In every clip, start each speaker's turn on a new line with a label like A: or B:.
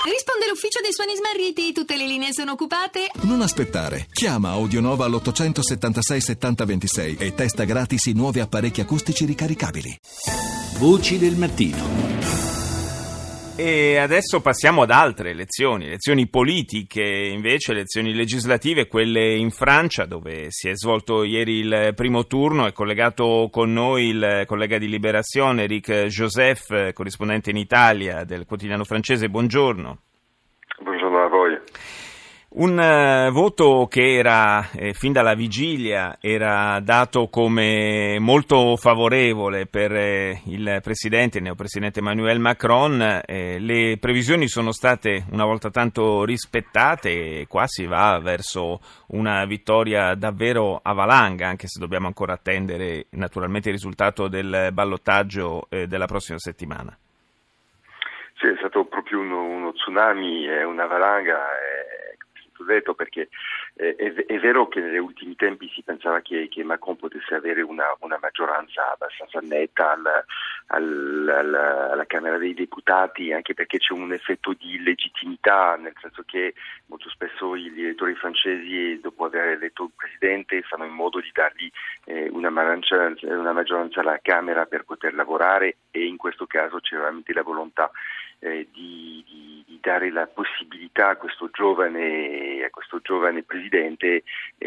A: Risponde l'ufficio dei suoni smarriti, tutte le linee sono occupate.
B: Non aspettare. Chiama Audionova all'876 70 26 e testa gratis i nuovi apparecchi acustici ricaricabili.
C: Voci del mattino.
D: E adesso passiamo ad altre elezioni politiche, invece elezioni legislative, quelle in Francia, dove si è svolto ieri il primo turno. È collegato con noi il collega di Libération, Eric Joseph, corrispondente in Italia del quotidiano francese. Buongiorno.
E: Buongiorno a voi.
D: Un voto che era, fin dalla vigilia, era dato come molto favorevole per il neopresidente Emmanuel Macron. Le previsioni sono state una volta tanto rispettate e qua si va verso una vittoria davvero a valanga, anche se dobbiamo ancora attendere naturalmente il risultato del ballottaggio della prossima settimana.
E: Sì, è stato proprio uno tsunami, una valanga. Detto perché è vero che negli ultimi tempi si pensava che Macron potesse avere una maggioranza abbastanza netta alla Camera dei Deputati, anche perché c'è un effetto di legittimità, nel senso che molto spesso gli elettori francesi, dopo aver eletto il presidente, fanno in modo di dargli una maggioranza alla Camera per poter lavorare, e in questo caso c'è veramente la volontà di dare la possibilità a questo giovane presidente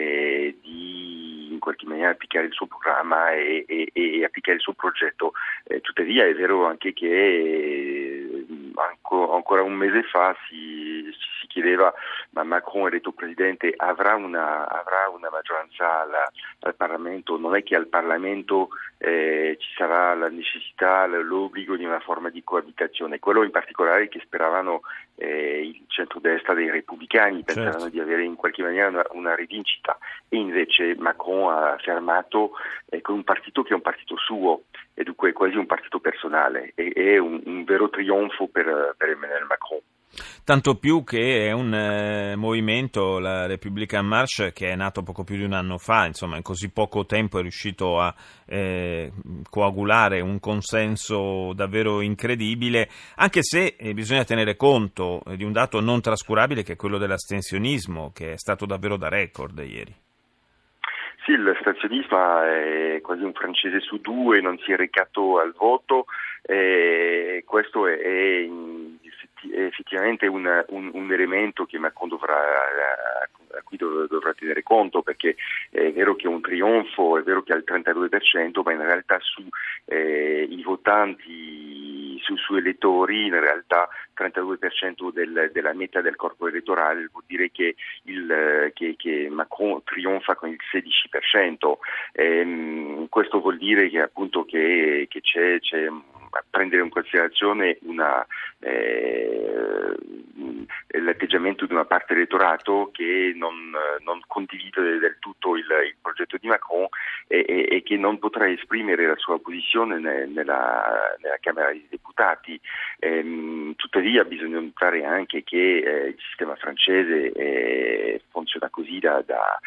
E: di in qualche maniera applicare il suo programma e applicare il suo progetto. Tuttavia è vero anche che ancora un mese fa si chiedeva: ma Macron, eletto presidente, avrà una maggioranza al Parlamento? Non è che al Parlamento ci sarà la necessità, l'obbligo di una forma di coabitazione. Quello in particolare che speravano il centrodestra dei repubblicani, pensavano di avere in qualche maniera una rivincita, e invece Macron ha affermato con un partito che è un partito suo, e dunque quasi un partito personale, è un vero trionfo per Emmanuel Macron.
D: Tanto più che è un movimento, la République en Marche, che è nato poco più di un anno fa, insomma in così poco tempo è riuscito a coagulare un consenso davvero incredibile, anche se bisogna tenere conto di un dato non trascurabile, che è quello dell'astensionismo, che è stato davvero da record ieri.
E: Sì, l'astensionismo è quasi un francese su due, non si è recato al voto, questo è effettivamente un elemento che Macron a cui dovrà tenere conto, perché è vero che è un trionfo, è vero che ha il 32%, ma in realtà i votanti, su elettori, in realtà 32% della meta del corpo elettorale vuol dire che Macron trionfa con il 16%. Questo vuol dire che appunto che c'è a prendere in considerazione l'atteggiamento di una parte elettorato che non condivide del tutto il progetto di Macron e che non potrà esprimere la sua posizione nella Camera dei Deputati. Tuttavia bisogna notare anche che il sistema francese funziona così dal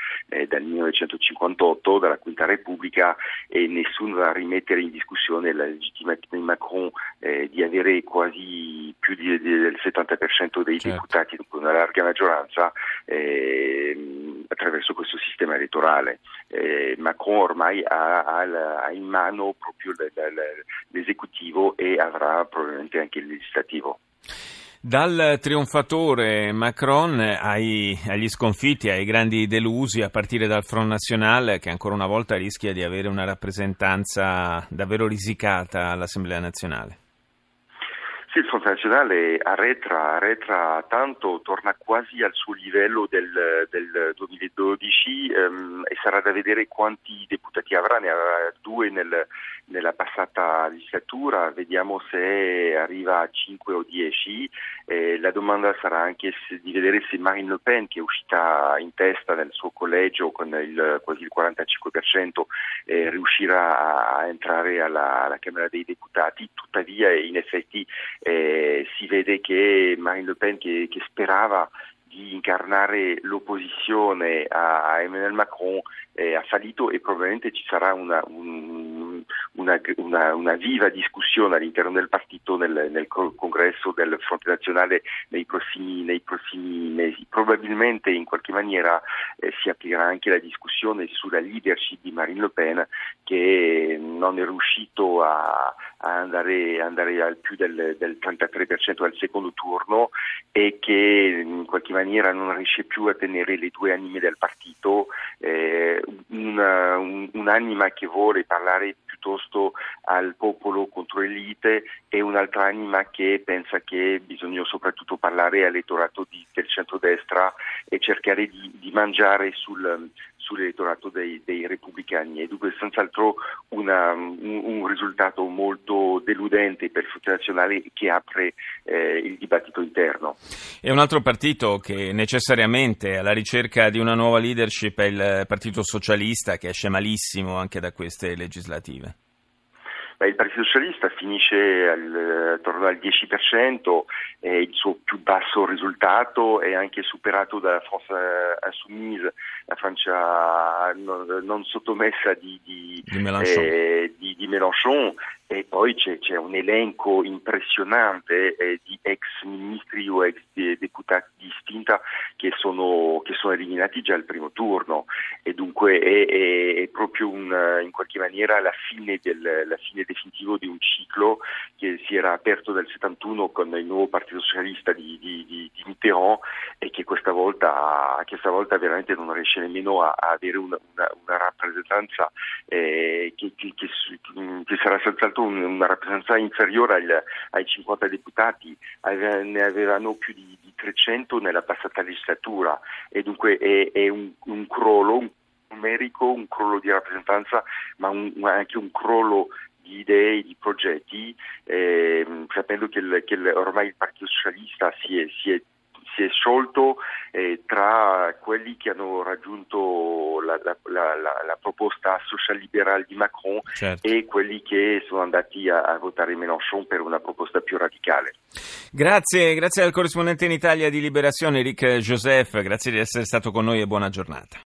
E: 1958, dalla Quinta Repubblica, e nessuno va a rimettere in discussione la legittimità di Macron di avere quasi più del 70% dei deputati, con una larga maggioranza, attraverso questo sistema elettorale. Macron ormai ha in mano proprio l'esecutivo e avrà probabilmente anche il legislativo.
D: Dal trionfatore Macron agli sconfitti, ai grandi delusi, a partire dal Front National, che ancora una volta rischia di avere una rappresentanza davvero risicata all'Assemblea nazionale.
E: Sì, il Front Nazionale arretra tanto, torna quasi al suo livello del 2012, e sarà da vedere quanti deputati avrà. Ne avrà 2 nella passata legislatura, vediamo se arriva a 5 o 10. La domanda sarà anche di vedere se Marine Le Pen, che è uscita in testa nel suo collegio con quasi il 45%, riuscirà a entrare alla Camera dei Deputati. Tuttavia, in effetti, si vede che Marine Le Pen, che sperava di incarnare l'opposizione a Emmanuel Macron, ha fallito, e probabilmente ci sarà un una viva discussione all'interno del partito nel congresso del Fronte Nazionale nei prossimi mesi. Probabilmente in qualche maniera si aprirà anche la discussione sulla leadership di Marine Le Pen, che non è riuscito a andare al più del 33% al secondo turno e che in qualche maniera non riesce più a tenere le due anime del partito, un'anima che vuole parlare piuttosto al popolo contro l'elite e un'altra anima che pensa che bisogna soprattutto parlare all'elettorato del centrodestra e cercare di mangiare sull'elettorato dei repubblicani, e dunque senz'altro un risultato molto deludente per il Fronte Nazionale che apre il dibattito interno.
D: E un altro partito che necessariamente è alla ricerca di una nuova leadership è il Partito Socialista, che esce malissimo anche da queste legislative.
E: Il Partito Socialista finisce attorno al 10%, è il suo più basso risultato, è anche superato dalla France Insoumise, la Francia non sottomessa di Mélenchon. E poi c'è un elenco impressionante di ex ministri o ex deputati di istinta che sono eliminati già al primo turno, e dunque è proprio in qualche maniera la fine definitivo di un ciclo che si era aperto nel 71 con il nuovo Partito Socialista di Mitterrand, e che questa volta veramente non riesce nemmeno a avere una rappresentanza che sarà senz'altro una rappresentanza inferiore ai 50 deputati. Ne avevano più di 300 nella passata legislatura, e dunque è un crollo numerico, un crollo di rappresentanza, ma anche un crollo di idee, di progetti, sapendo che ormai il Partito Socialista si è sciolto tra quelli che hanno raggiunto la proposta social-liberale di Macron, certo, e quelli che sono andati a votare Mélenchon per una proposta più radicale.
D: Grazie al corrispondente in Italia di Liberazione, Eric Joseph, grazie di essere stato con noi e buona giornata.